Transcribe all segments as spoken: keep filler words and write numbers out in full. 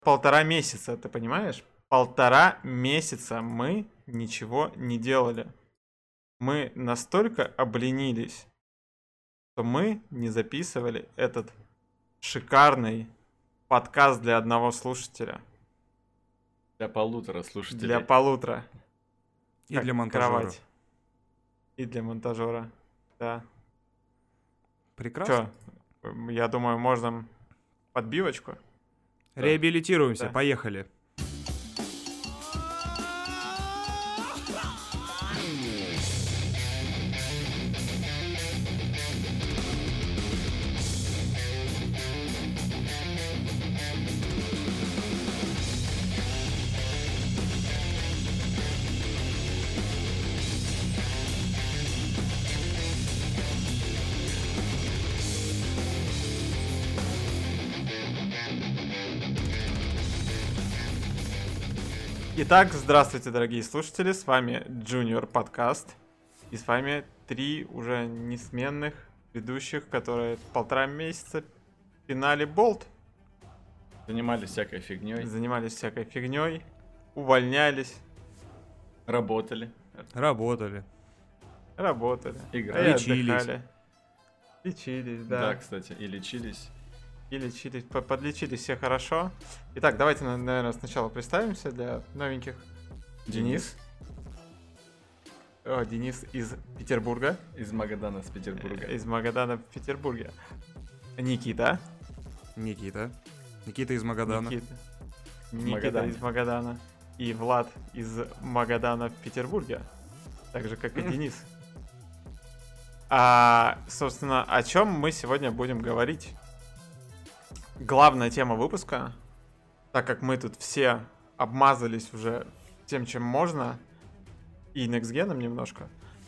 полтора месяца, ты понимаешь? Полтора месяца мы ничего не делали. Мы настолько обленились, что мы не записывали этот шикарный подкаст для одного слушателя. Для полутора слушателей. Для полутора. И Как для монтажера. кровать. И для монтажера, да. Прекрасно. Чё, я думаю, можно подбивочку. Реабилитируемся, Да. поехали. Итак, здравствуйте, дорогие слушатели, с вами Junior Подкаст, и с вами три уже несменных ведущих, которые полтора месяца пинали болт, Занимались всякой фигней. занимались всякой фигней, увольнялись, Работали. Работали. работали, Играли. и Лечились. отдыхали. Лечились, Да. да, кстати, и лечились. и лечились, по- подлечились все хорошо. Итак, давайте, на- наверное, сначала представимся для новеньких. Денис. О, Денис из Петербурга. Из Магадана, с Петербурга. Из Магадана в Петербурге. Никита. Никита. Никита из Магадана. Никита. Никита Магадане. из Магадана. И Влад из Магадана в Петербурге. Так же, как и Денис. А, собственно, о чем мы сегодня будем говорить? Главная тема выпуска, так как мы тут все обмазались уже тем, чем можно, и Next Gen немножко,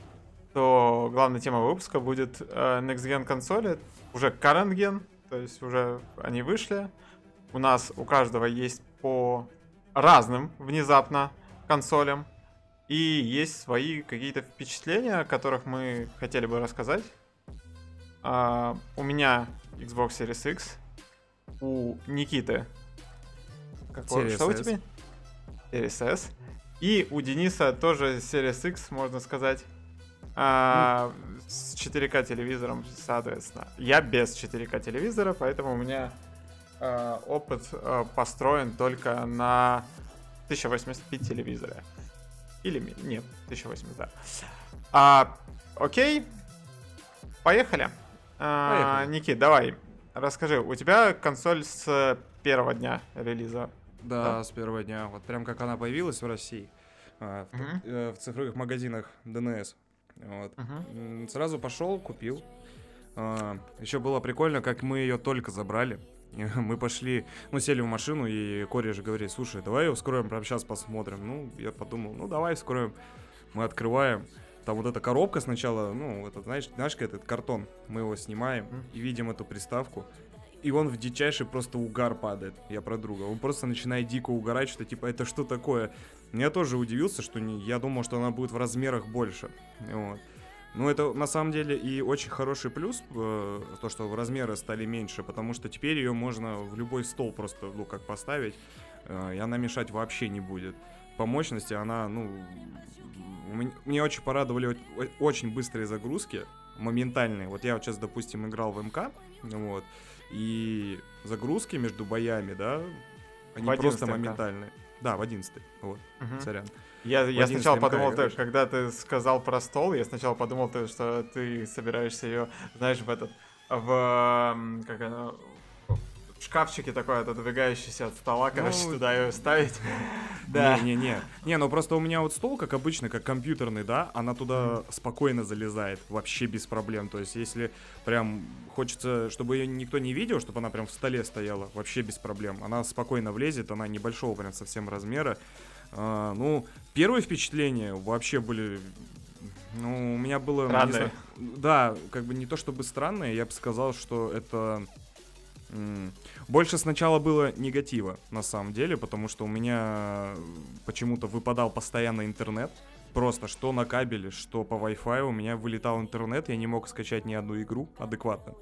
то главная тема выпуска будет э, Next Gen консоли, уже Current Gen, то есть уже они вышли. У нас у каждого есть по разным внезапно консолям, и есть свои какие-то впечатления, о которых мы хотели бы рассказать. А, у меня Xbox Series X, у Никиты какой, Series что у S. тебя? Series S. И у Дениса тоже Series X, можно сказать. А, с четыре ка телевизором, соответственно. Я без четыре ка телевизора, поэтому у меня а, опыт а, построен только на тысяча восемьдесят пи телевизоре. Или ми- нет, тысяча восемьдесят, да. А, окей, поехали. А, Поехали. Никит, давай, расскажи, у тебя консоль с первого дня релиза. Да, Да. с первого дня. Вот прям как она появилась в России. а, В, Мгм. э, в цифровых магазинах ди эн эс. Вот. Мгм. М, Сразу пошел, купил. Еще было прикольно, как мы ее только забрали. И Мы пошли, ну, сели в машину, и Кореш говорит: слушай, давай ее вскроем, прямо сейчас посмотрим. Ну, я подумал, ну, давай вскроем. Мы открываем. Там вот эта коробка сначала, ну, это, знаешь, знаешь, как этот картон. Мы его снимаем Мгм. и видим эту приставку. И он в дичайший просто угар падает. Я про друга. Он просто начинает дико угорать, что типа, это что такое? Я тоже удивился, что не, я думал, что она будет в размерах больше. Вот. Ну, это на самом деле и очень хороший плюс, э, то, что размеры стали меньше, потому что теперь ее можно в любой стол просто, ну, как поставить, э, и она мешать вообще не будет. По мощности она, ну, у меня, меня очень порадовали о- очень быстрые загрузки, моментальные. Вот я вот сейчас, допустим, играл в эм ка, вот, и загрузки между боями, да, они В просто одиннадцатый эм ка. моментальные. Да, в одиннадцатый, вот, Мгм. сорян. Я, я одиннадцатый сначала эм ка подумал, ты, играешь. когда ты сказал про стол, я сначала подумал, ты, что ты собираешься ее, знаешь, в этот, в, м, как оно, в шкафчике такой отодвигающийся от стола, короче, Ну, туда ее ставить. Да. Не-не-не. Не, ну просто у меня вот стол, как обычно, как компьютерный, да, она туда спокойно залезает, вообще без проблем. То есть, если прям хочется, чтобы ее никто не видел, чтобы она прям в столе стояла, вообще без проблем. Она спокойно влезет, она небольшого прям совсем размера. А, ну, первые впечатления вообще были... Ну, у меня было... не Странные. знаю, да, как бы не то чтобы странные, я бы сказал, что это... м, Больше сначала было негатива, на самом деле, потому что у меня почему-то выпадал постоянно интернет. Просто что на кабеле, что по Wi-Fi у меня вылетал интернет, я не мог скачать ни одну игру адекватно.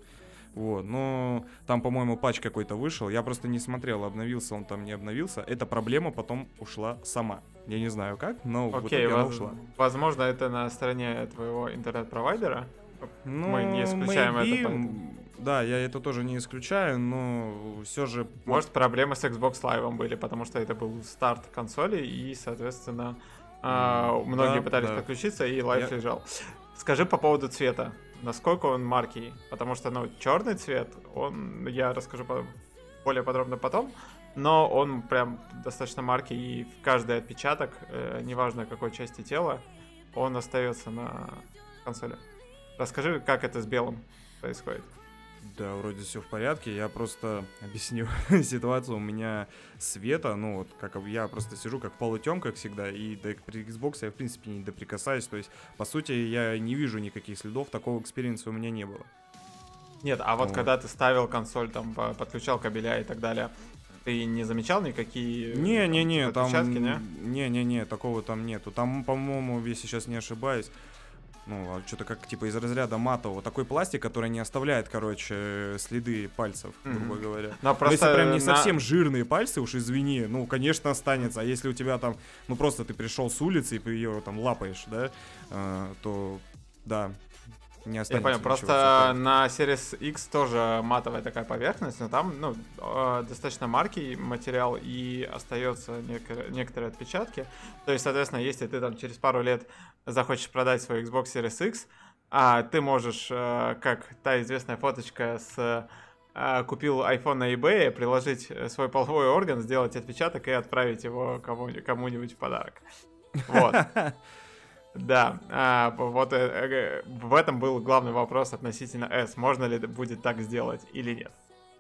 Вот, но там, по-моему, патч какой-то вышел. Я просто не смотрел, обновился он там, не обновился. Эта проблема потом ушла сама. Я не знаю как, но в Окей, итоге она воз- ушла. возможно, это на стороне твоего интернет-провайдера. Ну, Мы не исключаем maybe, это, поэтому. Да, я это тоже не исключаю, но все же... Может, проблемы с Xbox Live были, потому что это был старт консоли, и, соответственно, а, М, многие да, пытались да. подключиться, и Live Я- лежал. Скажи по поводу цвета. Насколько он маркий? Потому что, ну, черный цвет, он, я расскажу по- более подробно потом, но он прям достаточно маркий, и в каждый отпечаток, э, неважно какой части тела, он остается на консоли. Расскажи, как это с белым происходит. Да, вроде все в порядке. Я просто объясню ситуацию. У меня света, ну вот, как я просто сижу как в полутемках всегда, и до при Xbox я, в принципе, не доприкасаюсь. То есть, по сути, я не вижу никаких следов, такого экспириенса у меня не было. Нет, а вот Вот. когда ты ставил консоль, там, по- подключал кабеля и так далее, ты не замечал никакие Не-не-не, там... отпечатки, не? Не-не-не, такого там нету. Там, по-моему, если сейчас не ошибаюсь, ну, что-то как, типа, из разряда матового. Такой пластик, который не оставляет, короче, следы пальцев, грубо Мгм. говоря. Но Но просто если прям не на- совсем жирные пальцы, уж извини, ну, конечно, останется. А если у тебя там, ну, просто ты пришел с улицы и ее там лапаешь, да, э, то, да, не Я останется понял, ничего, просто всё на Series X тоже матовая такая поверхность, но там, ну, э, достаточно маркий материал и остается нек- некоторые отпечатки. То есть, соответственно, если ты там через пару лет захочешь продать свой Xbox Series X, а ты можешь, э, как та известная фоточка с э, купил iPhone на eBay, приложить э, свой половой орган, сделать отпечаток и отправить его кому- кому-нибудь в подарок. Вот. Да, а, вот э, э, в этом был главный вопрос относительно S. Можно ли будет так сделать или нет?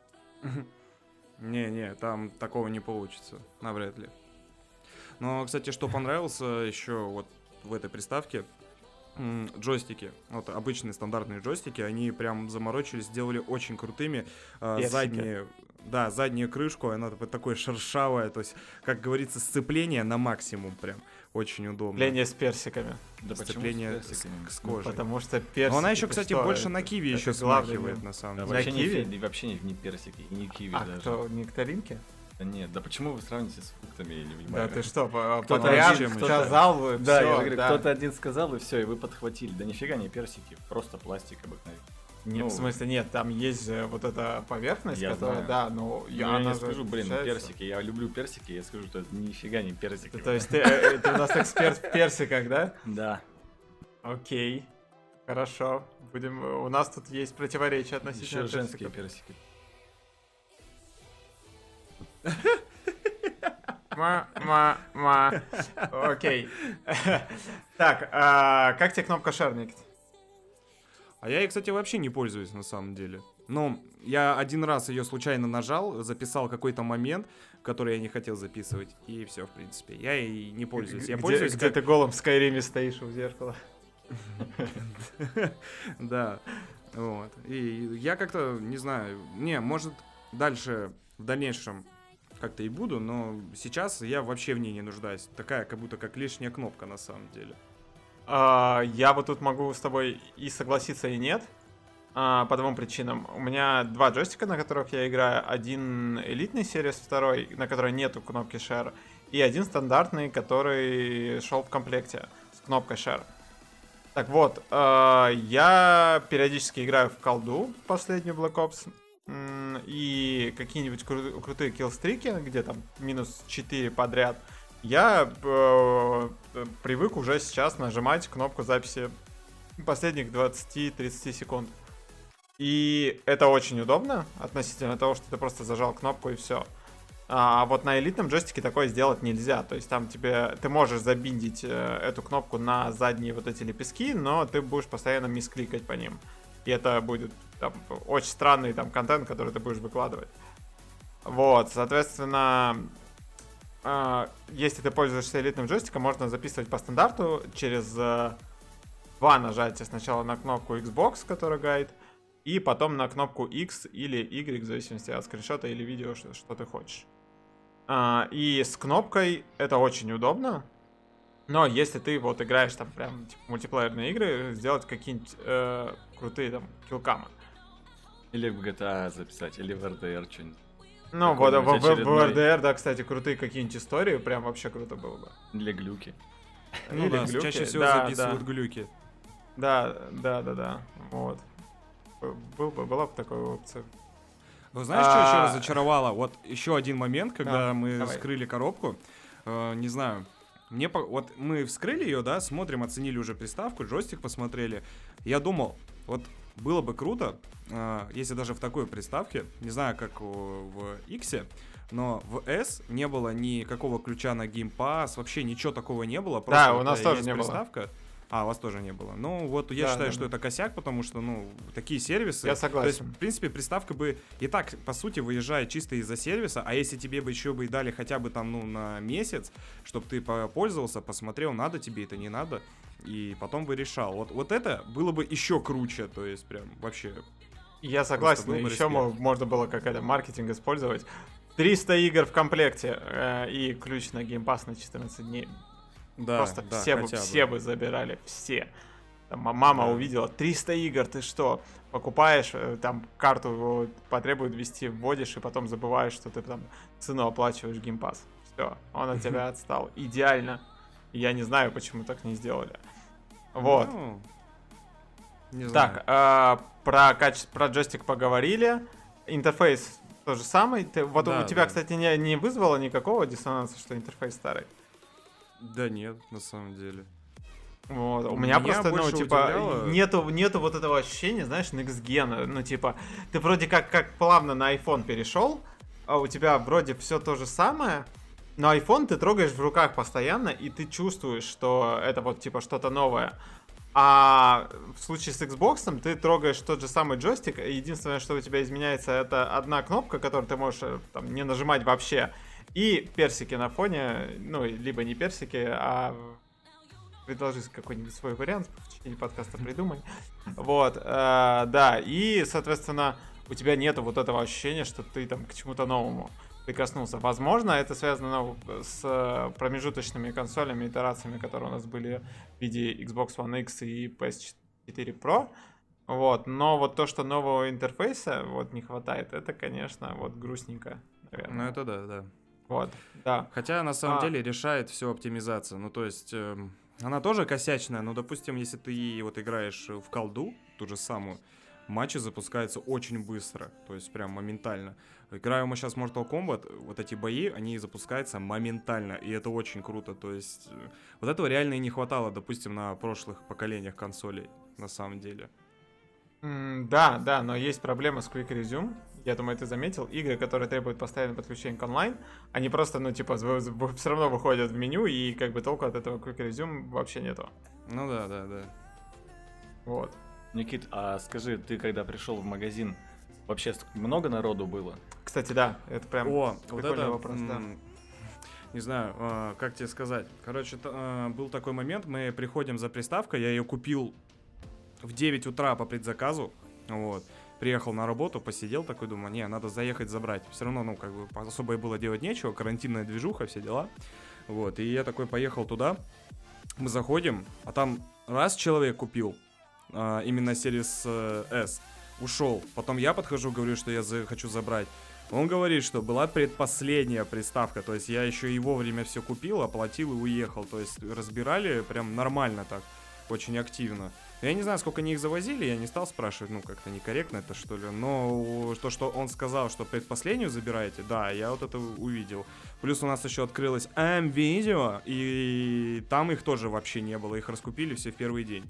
Не-не, там такого не получится, навряд ли. Но, кстати, что понравилось еще вот в этой приставке, м, джойстики, вот обычные стандартные джойстики, они прям заморочились, сделали очень крутыми. А, Персики. задние, да, заднюю крышку, она вот такой шершавая, то есть, как говорится, сцепление на максимум прям, очень удобно. Сцепление с персиками. Да почему Сцепление с с, персиками? с кожей. Потому что персики... Но она еще, это кстати, что? больше Это- на киви это еще главный смахивает, мем. на самом Да, деле. вообще, не, киви? фи- вообще не, не персики, и не киви А даже. кто, нектаринки? Да нет, да почему вы сравните с фруктами, я не Да понимаю. ты что, по- Кто-то патриарх один, кто-то- сказал, вы, Да, всё, я говорю, да. кто-то один сказал, и все, и вы подхватили. Да нифига не персики, просто пластик обыкновенный. Нет, Ну, в смысле, нет, там есть же вот эта поверхность, Я которая, знаю. да, ну, Ну, я, я она не же скажу, блин, ну, отличается. персики. Я люблю персики, я скажу, что это нифига не персики. То есть ты, э, ты у нас эксперт в персиках, да? Да. Окей, хорошо. Будем, у нас тут есть противоречия относительно Еще женские персиков. персики. Ма-ма-ма. Окей. Так, а как тебе кнопка Share, Никит? А я ей, кстати, вообще не пользуюсь на самом деле. Ну, я один раз ее случайно нажал, записал какой-то момент, который я не хотел записывать, и все, в принципе. Я ей не пользуюсь. Я Где, пользуюсь где как... ты голым в Скайриме стоишь у зеркала? Да, вот. И я как-то, не знаю, не, может, дальше, в дальнейшем как-то и буду, но сейчас я вообще в ней не нуждаюсь. Такая, как будто как лишняя кнопка на самом деле. А, я вот тут могу с тобой и согласиться, и нет. А, по двум причинам. У меня два джойстика, на которых я играю. Один элитный Series, второй, на которой нету кнопки Share. И один стандартный, который шел в комплекте с кнопкой Share. Так вот, а, я периодически играю в колду, последнюю Black Ops. м, И какие-нибудь кру- крутые киллстрики, где там минус четыре подряд. Я э, привык уже сейчас нажимать кнопку записи последних двадцать-тридцать секунд. И это очень удобно относительно того, что ты просто зажал кнопку и все. А вот на элитном джойстике такое сделать нельзя. То есть там тебе ты можешь забиндить э, эту кнопку на задние вот эти лепестки, но ты будешь постоянно мискликать по ним. И это будет там, очень странный там контент, который ты будешь выкладывать. Вот, соответственно, э, если ты пользуешься элитным джойстиком, можно записывать по стандарту через э, два нажатия. Сначала на кнопку Xbox, которая гайд, и потом на кнопку X или Y, в зависимости от скриншота или видео, что, что ты хочешь. А, и с кнопкой это очень удобно. Но если ты вот играешь там прям типа, мультиплеерные игры, сделать какие-нибудь э, крутые там киллкамы. Или в джи ти эй записать, или в эр ди ар что-нибудь. Ну, вот в, Какой-нибудь в- в очередной. эр ди ар, да, кстати, крутые какие-нибудь истории, прям вообще круто было бы. Для глюки. Ну Или да, глюки, чаще всего да, записывают да. глюки. Да, да, да, да, вот. Был бы, была бы такая опция. Ну, знаешь, что еще А. разочаровало? Вот еще один момент, когда А, мы давай. вскрыли коробку. э, не знаю. Мне по- вот мы вскрыли ее, да, смотрим, оценили уже приставку, джойстик посмотрели. Я думал, вот было бы круто, э, если даже в такой приставке, не знаю, как о, в X, но в S не было никакого ключа на Game Pass, вообще ничего такого не было. Просто Да, у вот нас это тоже есть не было. приставка. А, у вас тоже не было. Ну, вот я Да, считаю, да, что да. это косяк, потому что, ну, такие сервисы... Я То есть, согласен. в принципе, приставка бы и так, по сути, выезжает чисто из-за сервиса, а если тебе бы еще бы и дали хотя бы там, ну, на месяц, чтобы ты попользовался, посмотрел, надо тебе это, не надо, и потом бы решал. Вот, вот это было бы еще круче, то есть прям вообще... Я согласен, был бы еще респект. можно было какой-то маркетинг использовать. триста игр в комплекте э, и ключ на Game Pass на четырнадцать дней. Да, Просто да, все, бы, хотя бы. все бы забирали, все. Там, а мама Да. увидела, триста игр, ты что? Покупаешь, э, там карту потребует ввести, вводишь, и потом забываешь, что ты там цену оплачиваешь Game Pass. Все, он от тебя отстал. Идеально. Я не знаю, почему так не сделали. Вот. Ну, не знаю. Так, а, про качество, про джойстик поговорили. Интерфейс то же самый. Ты, вот Да, у тебя, да. кстати, не, не вызвало никакого диссонанса, что интерфейс старый. Да нет, на самом деле. Вот. У меня, Меня просто, ну, больше типа, удивляло- нету, нету вот этого ощущения, знаешь, next gen. Ну, типа, ты вроде как, как плавно на iPhone перешел, а у тебя вроде все то же самое, но iPhone ты трогаешь в руках постоянно, и ты чувствуешь, что это вот, типа, что-то новое. А в случае с Xbox ты трогаешь тот же самый джойстик, и единственное, что у тебя изменяется, это одна кнопка, которую ты можешь э, там, не нажимать вообще, и персики на фоне, ну, либо не персики, а предложи какой-нибудь свой вариант, в течение подкаста придумай. Вот, э, да, и, соответственно, у тебя нету вот этого ощущения, что ты там к чему-то новому прикоснулся. Возможно, это связано ну, с э, промежуточными консолями, итерациями, которые у нас были в виде Xbox One X и пи эс четыре Pro. Вот, но вот то, что нового интерфейса вот не хватает, это, конечно, вот грустненько, наверное. Ну это да, да. Вот, да. Хотя на самом А. деле решает все оптимизация. Ну то есть эм, она тоже косячная, но допустим, если ты вот играешь в колду, ту же самую, матчи запускаются очень быстро, то есть прям моментально. Играю мы сейчас в Mortal Kombat, вот эти бои, они запускаются моментально, и это очень круто, то есть э, вот этого реально и не хватало, допустим, на прошлых поколениях консолей, на самом деле. М, Да, да, но есть проблема с Quick Resume. Я думаю, ты заметил. Игры, которые требуют постоянного подключения к онлайн, они просто, ну, типа, все равно выходят в меню, и как бы толку от этого Quick Resume вообще нету. Ну да, да, да. Вот. Никит, а скажи, ты когда пришел в магазин, вообще столько- много народу было? Кстати, да, это прям О, вот прикольный это, вопрос, да. м, не знаю, а, как тебе сказать. Короче, т- а, был такой момент, мы приходим за приставкой, я ее купил в девять утра по предзаказу, вот. Приехал на работу, посидел такой, думаю, не, надо заехать забрать. Все равно, ну, как бы, особо и было делать нечего, карантинная движуха, все дела. Вот, и я такой поехал туда, мы заходим, а там раз человек купил, а, именно Series э, S, ушел. Потом я подхожу, говорю, что я за- хочу забрать. Он говорит, что была предпоследняя приставка, то есть я еще и вовремя все купил, оплатил и уехал. То есть разбирали прям нормально так, очень активно. Я не знаю, сколько они их завозили, я не стал спрашивать, ну как-то некорректно это что ли. Но то, что он сказал, что предпоследнюю забираете, да, я вот это увидел. Плюс у нас еще открылось М-видео, и там их тоже вообще не было, их раскупили все в первый день.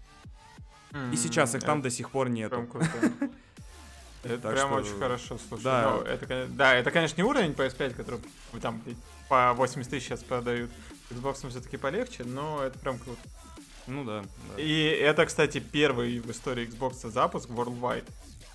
И сейчас их там до сих пор нету. Прям круто. Это Так прям что- очень хорошо, слушай. Да. Ну, это, кон- да, это, конечно, не уровень пи эс пять, который там по восемьдесят тысяч сейчас продают. Xbox все-таки полегче, но это прям круто. Ну да, да. И это, кстати, первый в истории Xbox запуск Worldwide.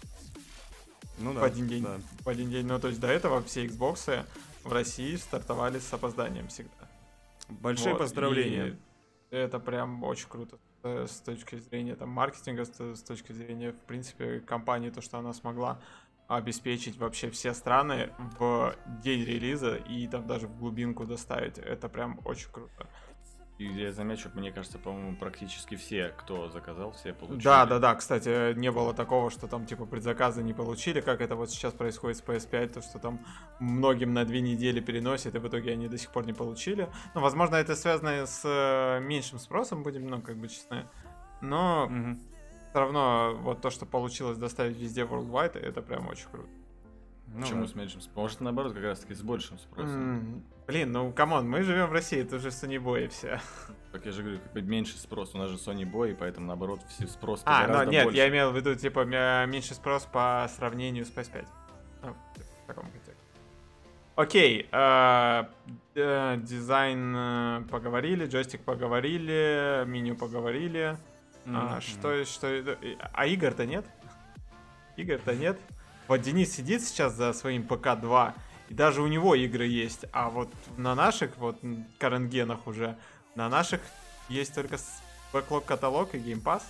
Ну да, в один день. да. В один день. Ну, то есть до этого все Xbox в России стартовали с опозданием всегда. Большие Вот, поздравления. и это прям очень круто э, с точки зрения там маркетинга, с, с точки зрения, в принципе, компании, то, что она смогла обеспечить вообще все страны в день релиза и там даже в глубинку доставить. Это прям очень круто. И я замечу, мне кажется, по-моему, практически все, кто заказал, все получили. Да, да, да, кстати, не было такого, что там типа предзаказы не получили, как это вот сейчас происходит с пи эс пять, то что там многим на две недели переносят, и в итоге они до сих пор не получили. Ну, возможно, это связано с э, меньшим спросом, будем, ну, как бы честны. Но Мгм. все равно вот то, что получилось доставить везде worldwide, это прям очень круто. Ну Почему да. с меньшим спросом? Может, наоборот, как раз таки с большим спросом. М, Блин, ну камон, мы живем в России, это же Sony Boy все. Как я же говорю, как бы меньше спрос. У нас же Sony Boy, поэтому наоборот все спрос А, ну гораздо нет, больше. я имел в виду, типа, м- меньший спрос по сравнению с пи эс пять. Ну, типа, в таком контексте. Окей, э, э, дизайн э, поговорили, джойстик поговорили, меню поговорили. А, Мгм. что, что, а игр-то нет? Игр-то нет. Вот Денис сидит сейчас за своим пэ ка два, и даже у него игры есть, а вот на наших, вот каренгенах уже, на наших есть только бэклог каталог и геймпас.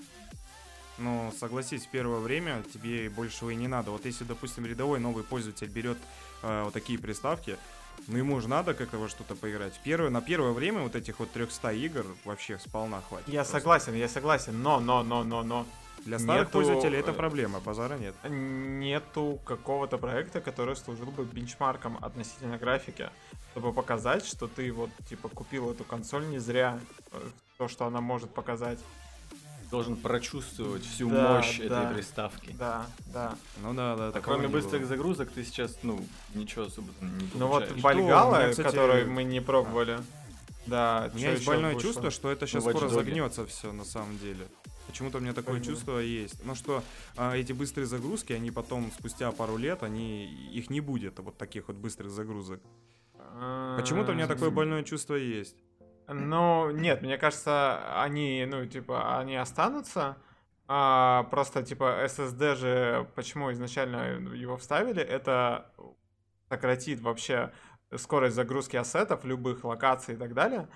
Ну, согласись, в первое время тебе большего и не надо. Вот если, допустим, рядовой новый пользователь берет э, вот такие приставки, ну ему же надо как во что-то поиграть. Первое, на первое время вот этих вот трехсот игр вообще сполна хватит. Я просто. согласен, я согласен, но, но, но, но, но. Для старых Нету, пользователей это э, проблема, базара нет. Нету какого-то проекта, который служил бы бенчмарком относительно графики, чтобы показать, что ты вот, типа, купил эту консоль не зря, э, то, что она может показать. Должен прочувствовать всю Да, мощь да. этой приставки. Да, да. Ну да, да. А такого кроме не быстрых было. загрузок ты сейчас, ну, ничего особо там не Ну вот получаешь. И Вальгала, то у меня, кстати, который мы не пробовали. Да, У меня чё есть ещё больное вышло? чувство, что это сейчас Ну, Watch скоро Dogs. загнется все на самом деле. Почему-то у меня такое Почему? чувство есть. Ну что а, эти быстрые загрузки, они потом, спустя пару лет, они их не будет, вот таких вот быстрых загрузок. Почему-то у меня такое больное чувство есть. Ну, нет, мне кажется, они, ну, типа, они останутся. А, просто, типа, эс эс ди же, почему изначально его вставили, это сократит вообще скорость загрузки ассетов, любых локаций и так далее.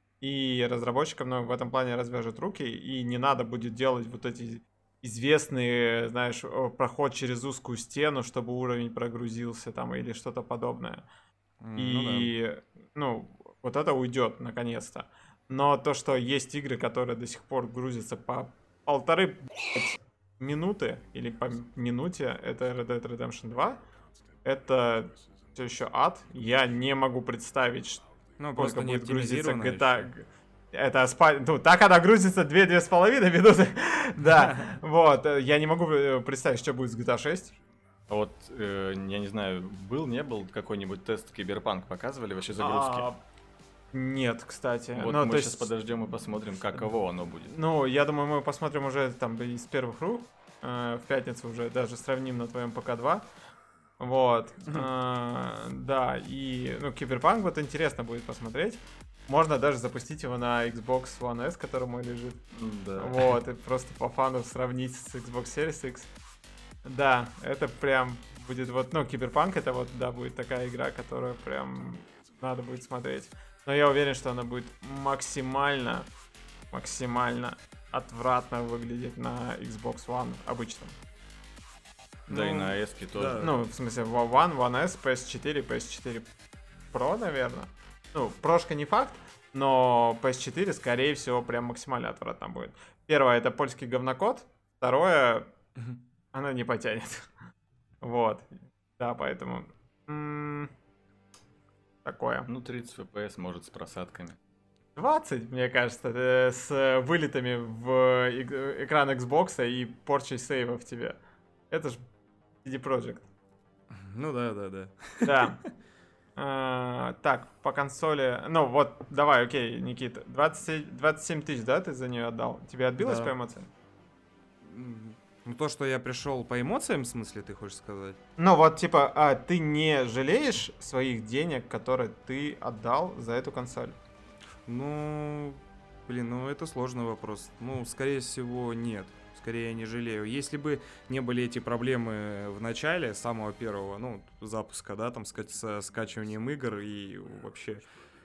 И разработчикам, ну, в этом плане развяжет руки, и не надо будет делать вот эти известные, знаешь, о, проход через узкую стену, чтобы уровень прогрузился там или что-то подобное. М, И, ну, вот это уйдет наконец-то. Но то, что есть игры, которые до сих пор грузятся по полторы блядь, минуты или по минуте, это Red Dead Redemption два, это все еще ад. Я не могу представить, что Ну, сколько просто не будет грузиться оптимизировано джи ти эй. ещё. Это спа- ну, так она грузится две-две с половиной минуты. Да, вот. э, Я не могу э, представить, что будет с джи ти эй шесть. А вот, э, я не знаю, был, не был какой-нибудь тест Киберпанк, показывали вообще загрузки? А, Нет, кстати. Вот Ну, мы то сейчас есть, подождем и посмотрим, каково оно будет. ну, я думаю, мы посмотрим уже там из первых рук. э, В пятницу уже даже сравним на твоем пэ ка два. Вот. э, Да, и, ну, Киберпанк вот интересно будет посмотреть. Можно даже запустить его на Xbox One S, который мой лежит. Да. Вот, и просто по фану сравнить с Xbox Series X. Да, это прям будет вот, ну, Киберпанк это вот, да, будет такая игра, которую прям надо будет смотреть. Но я уверен, что она будет максимально, максимально отвратно выглядеть на Xbox One обычном. Да и Ну, на эске тоже. да. Ну, в смысле, One, One S, пи эс четыре, пи эс четыре Pro, наверное. Ну, прошка не факт, но пи эс четыре, скорее всего, прям максимально отвратно будет. Первое, это польский говнокод. Второе, она не потянет. Вот. Да, поэтому... м, Такое. Ну, тридцать эф пи эс, может, с просадками. двадцать, мне кажется, э, с вылетами в ик- экран Xbox и порчей сейва в тебе. Это ж си ди Projekt. Ну да, да, да. Да. А, Так, по консоли... Ну, вот, давай, окей, Никита. двадцать, двадцать семь тысяч, да, ты за нее отдал? Тебе отбилось Да. по эмоциям? М, Ну то, что я пришел по эмоциям, в смысле, ты хочешь сказать? Ну, вот, типа, а, ты не жалеешь своих денег, которые ты отдал за эту консоль? Ну, блин, ну это сложный вопрос. Ну, скорее всего, нет. Скорее, я не жалею. Если бы не были эти проблемы в начале, самого первого, ну, запуска, да, там, ска- с скачиванием игр и вообще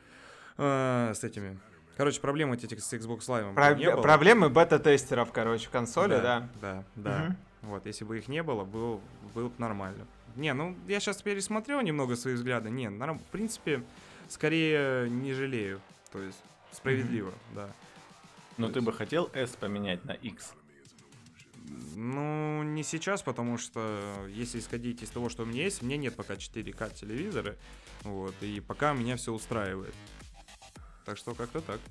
э, с этими... Короче, проблем этих с Xbox Live Про- не было. Проблемы бета-тестеров, короче, в консоли, да? Да, да. Мгм. Вот, если бы их не было, было, было бы нормально. Не, ну, я сейчас пересмотрел немного свои взгляды. Не, норм- в принципе, скорее не жалею. То есть, Справедливо, да. Но ты бы хотел S поменять на X? Ну, не сейчас, потому что если исходить из того, что у меня есть, у меня нет пока четыре ка телевизора, вот, и пока меня все устраивает. Так что как-то так.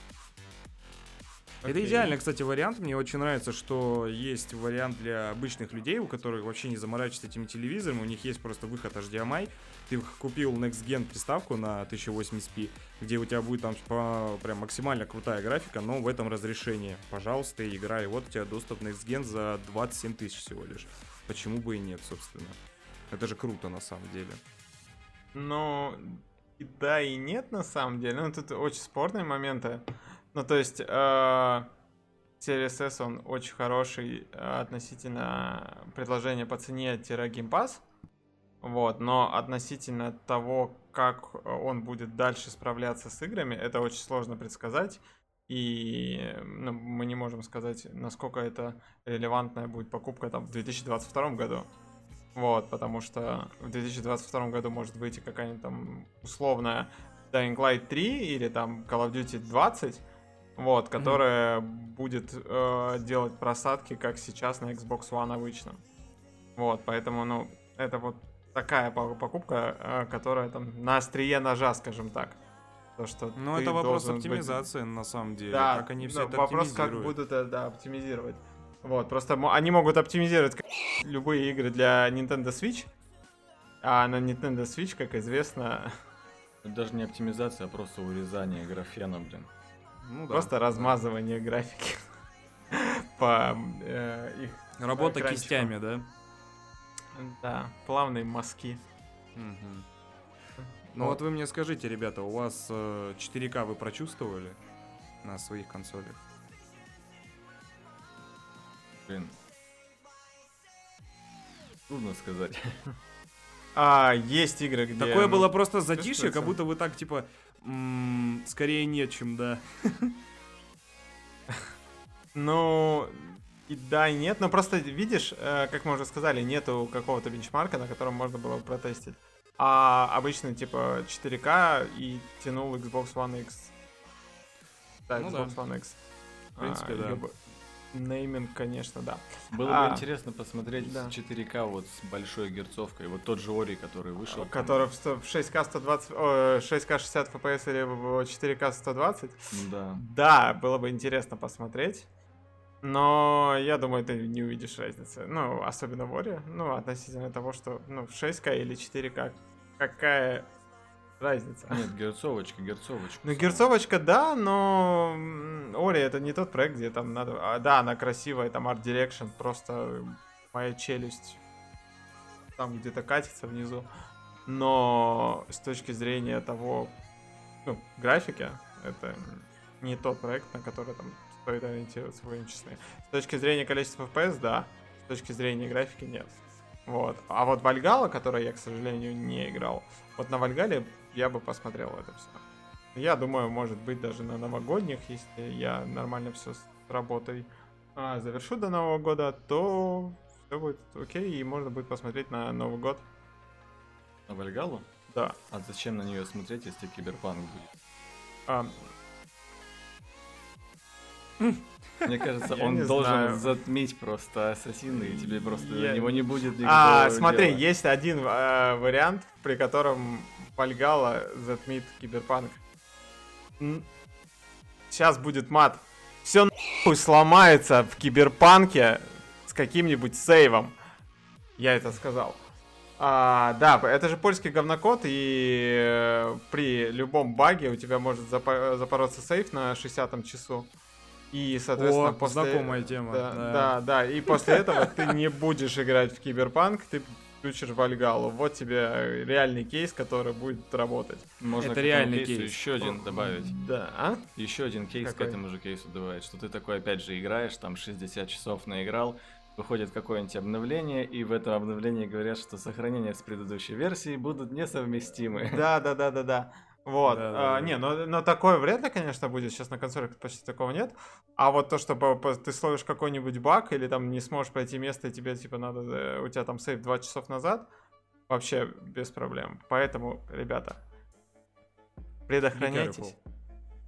Это Окей. идеальный, кстати, вариант. Мне очень нравится, что есть вариант для обычных людей, у которых вообще не заморачиваются этими телевизорами. У них есть просто выход эйч ди эм ай. Ты купил Next Gen приставку на тысяча восемьдесят пи, где у тебя будет там по- прям максимально крутая графика, но в этом разрешении. Пожалуйста, играй. Вот у тебя доступ Next Gen за двадцать семь тысяч всего лишь. Почему бы и нет, собственно. Это же круто на самом деле. Ну, и да, и нет, на самом деле. Ну, тут очень спорные моменты. Ну, то есть, э, Series S, он очень хороший э, относительно предложения по цене-Game Pass. Вот, но относительно того, как он будет дальше справляться с играми, это очень сложно предсказать. И ну, мы не можем сказать, насколько это релевантная будет покупка там в две тысячи двадцать втором году. Вот, потому что в две тысячи двадцать втором году может выйти какая-нибудь там условная Dying Light три или там Call of Duty двадцать, вот, которая mm-hmm. будет э, делать просадки, как сейчас на Xbox One обычно. Вот, поэтому, ну, это вот такая покупка, э, которая там на острие ножа, скажем так. То, что ну, ты это вопрос должен оптимизации, быть... на самом деле. Да, как они все да, это вопрос, как оптимизируют. будут это да, оптимизировать. Вот, просто мо- они могут оптимизировать любые игры для Nintendo Switch, а на Nintendo Switch, как известно, Это даже не оптимизация, а просто урезание графена, блин. Ну, да, просто да. размазывание графики по э, их Работа экранчику. кистями, да? Да, плавные мазки. Мгм. Ну вот вы мне скажите, ребята, у вас э, четыре ка вы прочувствовали на своих консолях? Блин. Трудно сказать. А, есть игры, где... Такое ну, было просто затишье, чувствуется. как будто вы так, типа, м, скорее нет, чем да. Ну, и да, и нет. Но просто, видишь, э, как мы уже сказали, нету какого-то бенчмарка, на котором можно было бы протестить. А обычно, типа, четыре ка и тянул Xbox One X. Да, Ну Xbox да. One X. В принципе, А, да. ёба- Нейминг, конечно, да. Было А, бы интересно посмотреть да. четыре ка вот с большой герцовкой. Вот тот же Ори, который вышел. Который в сто- в шесть ка сто двадцать, о, шесть ка шестьдесят эф пи эс или в четыре ка сто двадцать. Да. Да, было бы интересно посмотреть. Но я думаю, ты не увидишь разницы. Ну, особенно в Ори. Ну, относительно того, что ну, в шесть ка или четыре ка. Какая разница? Нет, герцовочка, герцовочка. Ну, герцовочка, да, но м, Ори это не тот проект, где там надо... а, да, она красивая, там арт дирекшн, просто моя челюсть там где-то катится внизу. Но с точки зрения того, ну, графики, это не тот проект, на который там стоит ориентироваться свои часы. С точки зрения количества эф пи эс, да. С точки зрения графики, нет. Вот. А вот Вальгала, которой я, к сожалению, не играл, вот на Вальгале я бы посмотрел это все. Я думаю, может быть, даже на новогодних, если я нормально все с работой а, завершу до Нового года, то все будет окей, и можно будет посмотреть на Новый год. На Вальгалу? Да. А зачем на нее смотреть, если Киберпанк будет? А, Мне кажется, Я он не должен знаю. затмить просто Ассасина, и тебе просто Я- на него не будет никакого а, смотри, дела. есть один э, вариант, при котором Вальгала затмит Киберпанк. Сейчас будет мат. Все нахуй сломается в Киберпанке с каким-нибудь сейвом. Я это сказал. А, да, это же польский говнокод, и э, при любом баге у тебя может запо- запороться сейв на шестидесятом часу. И, соответственно, О, после... знакомая тема, Да, да. да, да, и после этого ты не будешь играть в Киберпанк, ты включишь Вальгалу. Вот тебе реальный кейс, который будет работать. Можно Это к этому реальный кейсу кейс. еще один добавить. Да, а? Еще один кейс Какой? к этому же кейсу добавить, что ты такой опять же играешь, там шестьдесят часов наиграл, выходит какое-нибудь обновление, и в этом обновлении говорят, что сохранения с предыдущей версией будут несовместимы. Да, да, да, да, да. Вот. Да, да, А, да. не, но, но такое вряд ли, конечно, будет. Сейчас на консолях почти такого нет. А вот то, что по- по- ты словишь какой-нибудь баг, или там не сможешь пройти место, и тебе типа надо. э, У тебя там сейв два часов назад, вообще без проблем. Поэтому, ребята, Be предохраняйтесь. careful.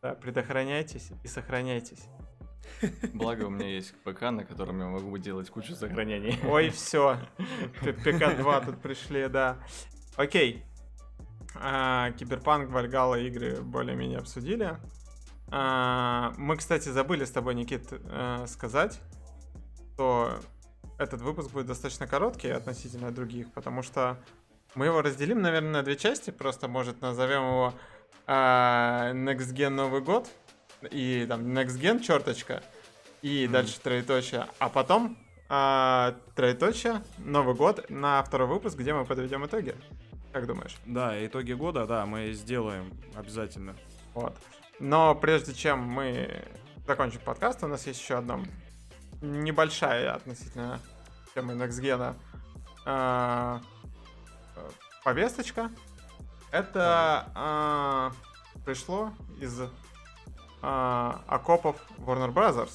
Да, предохраняйтесь и сохраняйтесь. Благо у меня есть ПК, на котором я могу делать кучу сохранений. Ой, все. ПК два тут пришли, да. Окей. А, Киберпанк, Вальгалла игры более-менее обсудили. А, мы, кстати, забыли с тобой, Никит, э, сказать, что этот выпуск будет достаточно короткий относительно других, потому что мы его разделим, наверное, на две части. Просто, может, назовем его а, Next Gen Новый год и там Next Gen черточка и mm. дальше троеточие, а потом а, троеточие Новый год на второй выпуск, где мы подведем итоги. Как думаешь? Да, итоги года, да, мы сделаем обязательно. Вот. Но прежде чем мы закончим подкаст, у нас есть еще одна небольшая относительно темы Next Gen а, повесточка. Это а, пришло из а, окопов Warner Brothers.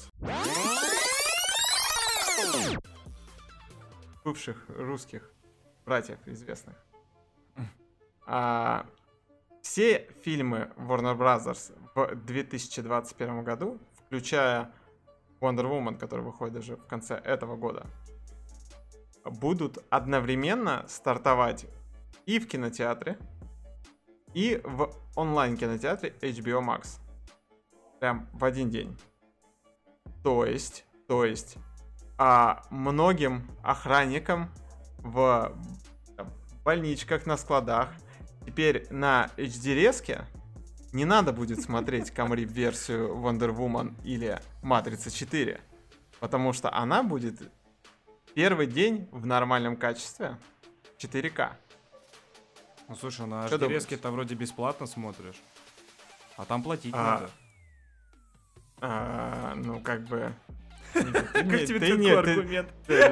Бывших русских братьев известных. А, все фильмы Warner Brothers в две тысячи двадцать первом году, включая Wonder Woman, который выходит даже в конце этого года, будут одновременно стартовать и в кинотеатре, и в онлайн-кинотеатре эйч би о Max. Прям в один день. То есть, то есть, а, многим охранникам в там, больничках, на складах теперь на эйч ди-резке не надо будет смотреть камрип-версию Wonder Woman или Матрица четыре, потому что она будет первый день в нормальном качестве четыре ка. Ну слушай, на Что эйч ди-резке-то вроде бесплатно смотришь, а там платить А, надо. а, ну, как бы... Как тебе такой аргумент?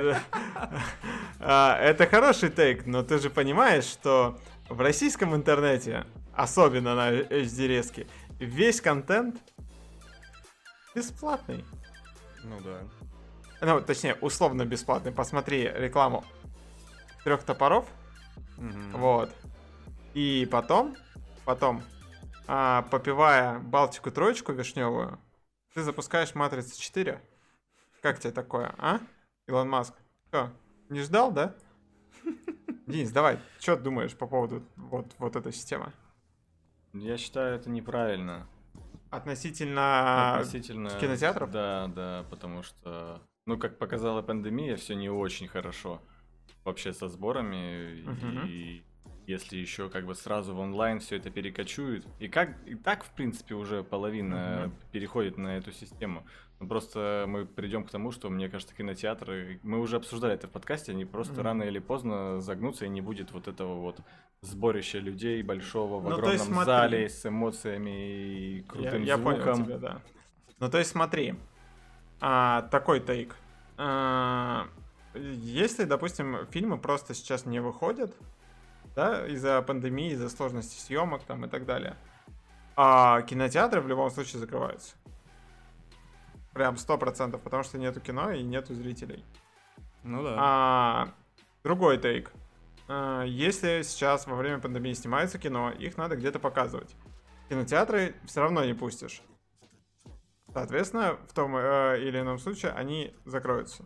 Это хороший тейк, но ты же понимаешь, что в российском интернете, особенно на эйч ди-резке, весь контент бесплатный. Ну да. Ну, точнее, условно бесплатный. Посмотри рекламу трех топоров. Мгм. Вот. И потом, потом, а, попивая Балтику троечку вишневую, ты запускаешь Матрицу четыре. Как тебе такое, а? Илон Маск. Что, не ждал, да? Денис, давай, что ты думаешь по поводу вот, вот этой системы? Я считаю, это неправильно. Относительно, Относительно кинотеатров? Да, да, потому что, ну, как показала пандемия, все не очень хорошо вообще со сборами. Мгм. И если еще как бы сразу в онлайн все это перекочует, и как и так, в принципе, уже половина Мгм. переходит на эту систему. Но просто мы придем к тому, что, мне кажется, кинотеатры, мы уже обсуждали это в подкасте, они просто Мгм. рано или поздно загнутся, и не будет вот этого вот сборища людей большого в Ну, то есть огромном смотри. зале с эмоциями и Я, крутым я понял звуком. тебя, да. Ну, то есть смотри, а, такой тейк. А, если, допустим, фильмы просто сейчас не выходят, да, из-за пандемии, из-за сложности съемок там и так далее, а кинотеатры в любом случае закрываются. Прям сто процентов, потому что нету кино и нету зрителей. Ну да. А, другой тейк. А, если сейчас во время пандемии снимается кино, их надо где-то показывать. Кинотеатры все равно не пустишь. Соответственно, в том э, или ином случае они закроются.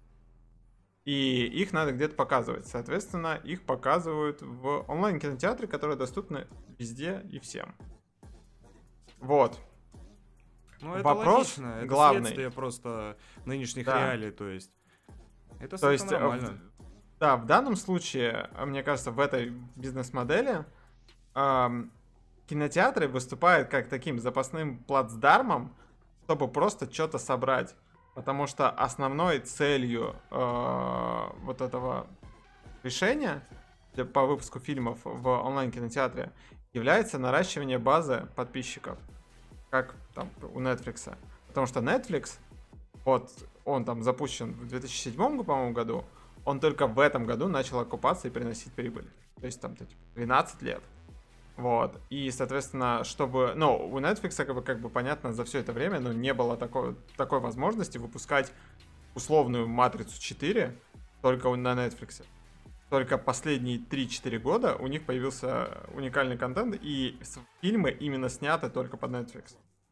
И их надо где-то показывать. Соответственно, их показывают в онлайн-кинотеатре, которые доступны везде и всем. Вот. Ну, это вопрос логично. Это главный. следствие просто нынешних Да. реалий, то есть. Это То есть, совершенно э, нормально. в- да, в данном случае, э, мне кажется, в этой бизнес-модели эм, кинотеатры выступают как таким запасным плацдармом, чтобы просто что-то собрать. Потому что основной целью э, вот этого решения для- по выпуску фильмов в онлайн-кинотеатре является наращивание базы подписчиков, как там у Netflix. Потому что Netflix, вот он там запущен в две тысячи седьмом, по-моему, году, он только в этом году начал окупаться и приносить прибыль. То есть там типа, двенадцать лет. Вот. И, соответственно, чтобы... Ну, у Netflix, как бы, как бы понятно, за все это время, ну, не было такой, такой возможности выпускать условную Матрицу четыре только на Netflix. Только последние три-четыре года у них появился уникальный контент, и с- фильмы именно сняты только под Netflix.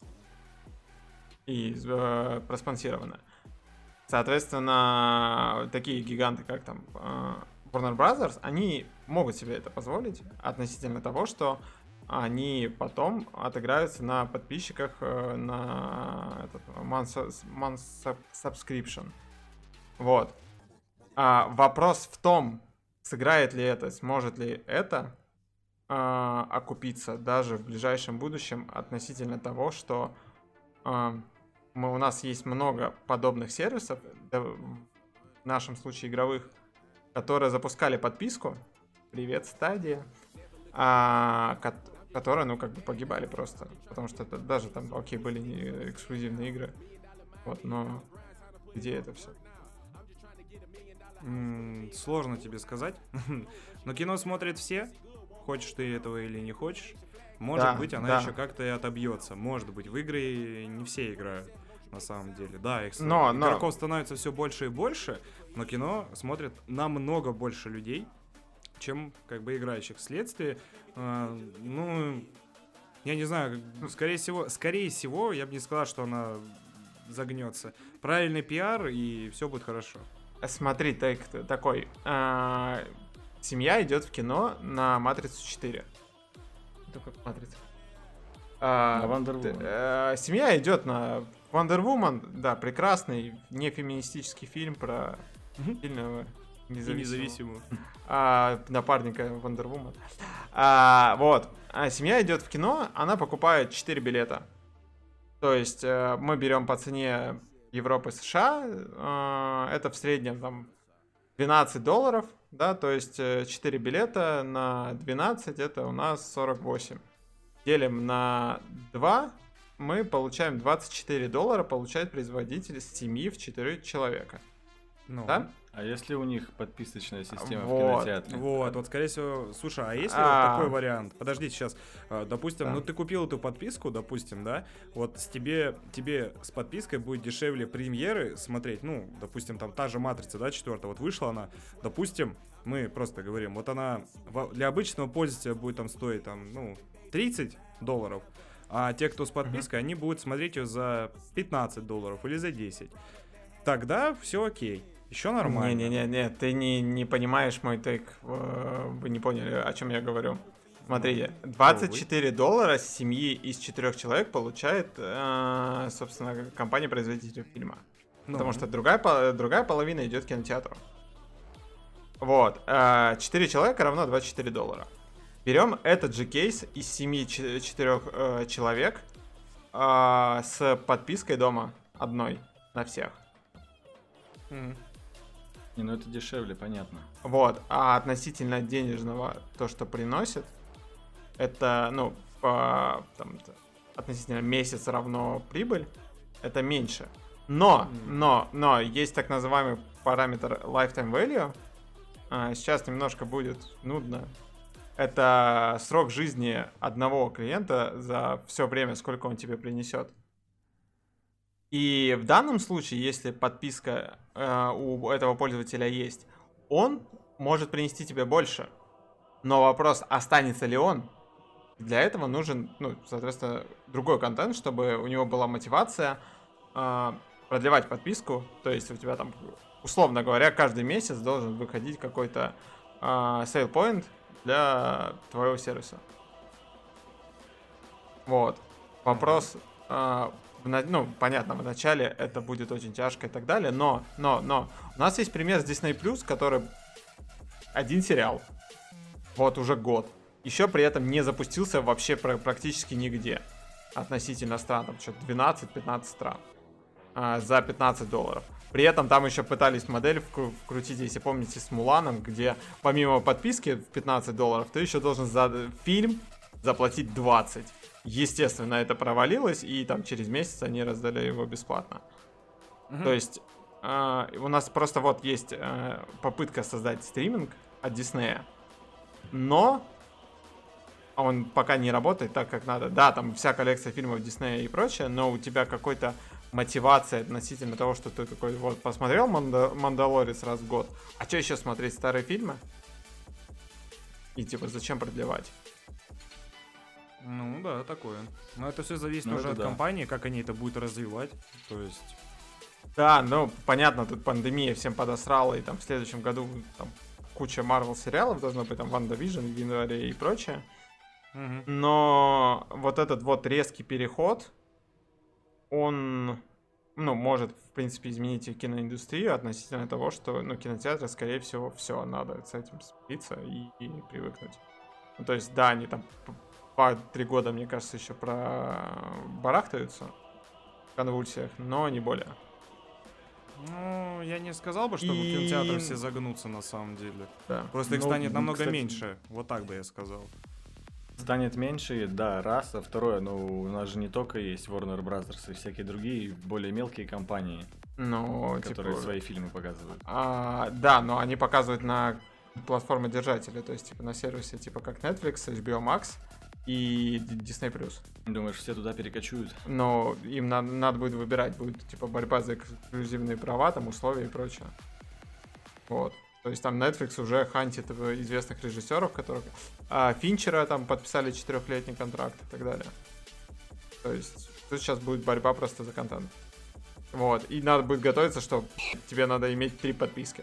и э, проспонсировано. Соответственно, такие гиганты, как там э, Warner Brothers, они могут себе это позволить относительно того, что они потом отыграются на подписчиках э, на этот month, month subscription. Вот. А вопрос в том, сыграет ли это, сможет ли это э, окупиться даже в ближайшем будущем относительно того, что э, мы, у нас есть много подобных сервисов, да, в нашем случае игровых, которые запускали подписку. Привет, Стадия. А, которые, ну, как бы погибали просто. Потому что это даже там, окей, были не эксклюзивные игры. Вот, но где это все? М, Сложно тебе сказать. Но кино смотрят все. Хочешь ты этого или не хочешь. Может Да, быть, она да. еще как-то и отобьется. Может быть, в игры не все играют. На самом деле, да, их Но, но- игроков становится все больше и больше, но кино смотрят намного больше людей, чем как бы играющих. Вследствие, э, ну, я не знаю, скорее всего, скорее всего, я бы не сказал, что она загнется. Правильный пиар, и все будет хорошо. Смотри, так, такой. а, семья идет в кино на Матрицу четыре. Это как Матрица? А, На Wonder т- Woman. э, семья идет на Wonder Woman, да, прекрасный, не феминистический фильм про Мгм. сильного И независимого независимую. а, напарника Wonder Woman. А, вот. А семья идет в кино, она покупает четыре билета. То есть э, мы берем по цене Европы, США, э, это в среднем там двенадцать долларов, да, то есть э, четыре билета на двенадцать, это у нас сорок восемь. Делим на два, мы получаем двадцать четыре доллара, получает производитель с семьи в четыре человека. Ну, Да? А если у них подписочная система Вот, в кинотеатре? Вот, вот, скорее всего, слушай, а если А. вот такой вариант? Подожди, сейчас, а, допустим, Да. ну ты купил эту подписку, допустим, да, вот с тебе, тебе с подпиской будет дешевле премьеры смотреть, ну, допустим, там та же Матрица, да, четвертая, вот вышла она, допустим, мы просто говорим, вот она во- для обычного пользователя будет там стоить, там, ну, тридцать долларов, а те, кто с подпиской, они будут смотреть ее за пятнадцать долларов или за десять. Тогда все окей. Еще нормально. Не-не-не, ты не, не понимаешь мой тейк, э, вы не поняли, о чем я говорю. Смотрите, двадцать четыре доллара с семьи из четырех человек получает, э, собственно, компания-производитель фильма. Ну, Потому что другая, по- другая половина идет к кинотеатру. Вот, э, четыре человека равно двадцать четыре доллара. Берем этот же кейс из семи четырех э, человек э, с подпиской дома одной на всех. мгм. Не, ну это дешевле, понятно. Вот, а относительно денежного, то, что приносит, это, ну, по, там, т- относительно месяц равно прибыль, это меньше. Но, но, но, есть так называемый параметр lifetime value, а, сейчас немножко будет нудно. Это срок жизни одного клиента за все время, сколько он тебе принесет. И в данном случае, если подписка э, у этого пользователя есть, он может принести тебе больше. Но вопрос, останется ли он, для этого нужен, ну, соответственно, другой контент, чтобы у него была мотивация э, продлевать подписку. То есть у тебя там, условно говоря, каждый месяц должен выходить какой-то э, sale point для твоего сервиса. Вот. Вопрос... э, в на- ну, понятно, в начале это будет очень тяжко и так далее, но, но, но, у нас есть пример с Disney+, который один сериал, вот уже год, еще при этом не запустился вообще пр- практически нигде, относительно стран, там что-то двенадцать-пятнадцать стран, а, за пятнадцать долларов. При этом там еще пытались модель вкру- вкрутить, если помните, с Муланом, где помимо подписки в пятнадцать долларов, ты еще должен за фильм заплатить двадцать. Естественно, это провалилось, и там через месяц они раздали его бесплатно. Мгм. То есть э, у нас просто вот есть э, попытка создать стриминг от Диснея, но он пока не работает так, как надо. Да, там вся коллекция фильмов Диснея и прочее, но у тебя какой-то мотивация относительно того, что ты такой, вот, посмотрел Манда- «Мандалорец» раз в год, а что еще смотреть старые фильмы? И типа, зачем продлевать? Ну, Ну да, такое. Но это все зависит Ну, уже это от да. компании, как они это будут развивать. То есть... Да, ну, понятно, тут пандемия всем подосрала, и там в следующем году там куча Marvel сериалов должно быть, там Ванда Вижн в январе и прочее. Мгм. Но вот этот вот резкий переход, он, ну, может, в принципе, изменить и киноиндустрию относительно того, что, ну, кинотеатры, скорее всего, все, надо с этим смириться и, и привыкнуть. Ну, то есть, да, они там п- по три года, мне кажется, еще пробарахтаются в конвульсиях, но не более. Ну, я не сказал бы, что И- кинотеатры все загнутся на самом деле. Да. Просто их Ну, станет намного кстати, меньше. Вот так бы я сказал. Станет меньше, да, раз, а второе, ну, у нас же не только есть Warner Brothers и всякие другие более мелкие компании, Ну, которые типа, свои фильмы показывают. а, да, но они показывают на платформе держателя, то есть, типа, на сервисе, типа, как Netflix, эйч би о Max и D- Disney+. Думаешь, все туда перекочуют? Но им на- надо будет выбирать, будет, типа, борьба за эксклюзивные права, там, условия и прочее. Вот. То есть там Netflix уже хантит известных режиссеров, которых... А, Финчера там подписали четырехлетний контракт и так далее. То есть тут сейчас будет борьба просто за контент. Вот. И надо будет готовиться, что тебе надо иметь три подписки.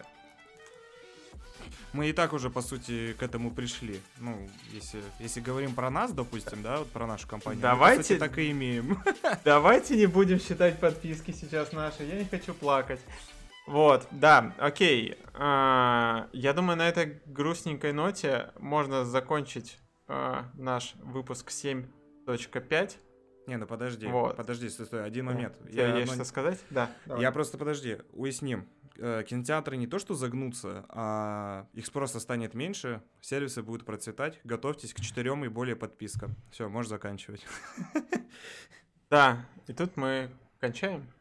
Мы и так уже, по сути, к этому пришли. Ну, если, если говорим про нас, допустим, да, вот про нашу компанию, мы, по Давайте- сути, так и имеем. Давайте не будем считать подписки сейчас наши. Я не хочу плакать. Вот, да, окей. А, я думаю, на этой грустненькой ноте можно закончить а, наш выпуск семь точка пять. Не, ну подожди, Вот. подожди, стой, стой, один момент. У тебя Я есть одно- что сказать? Да. давай. Я просто, подожди, уясним. Э, Кинотеатры не то что загнутся, а их просто станет меньше, сервисы будут процветать. Готовьтесь к четырем и более подпискам. Все, можешь заканчивать. Да, и тут мы кончаем.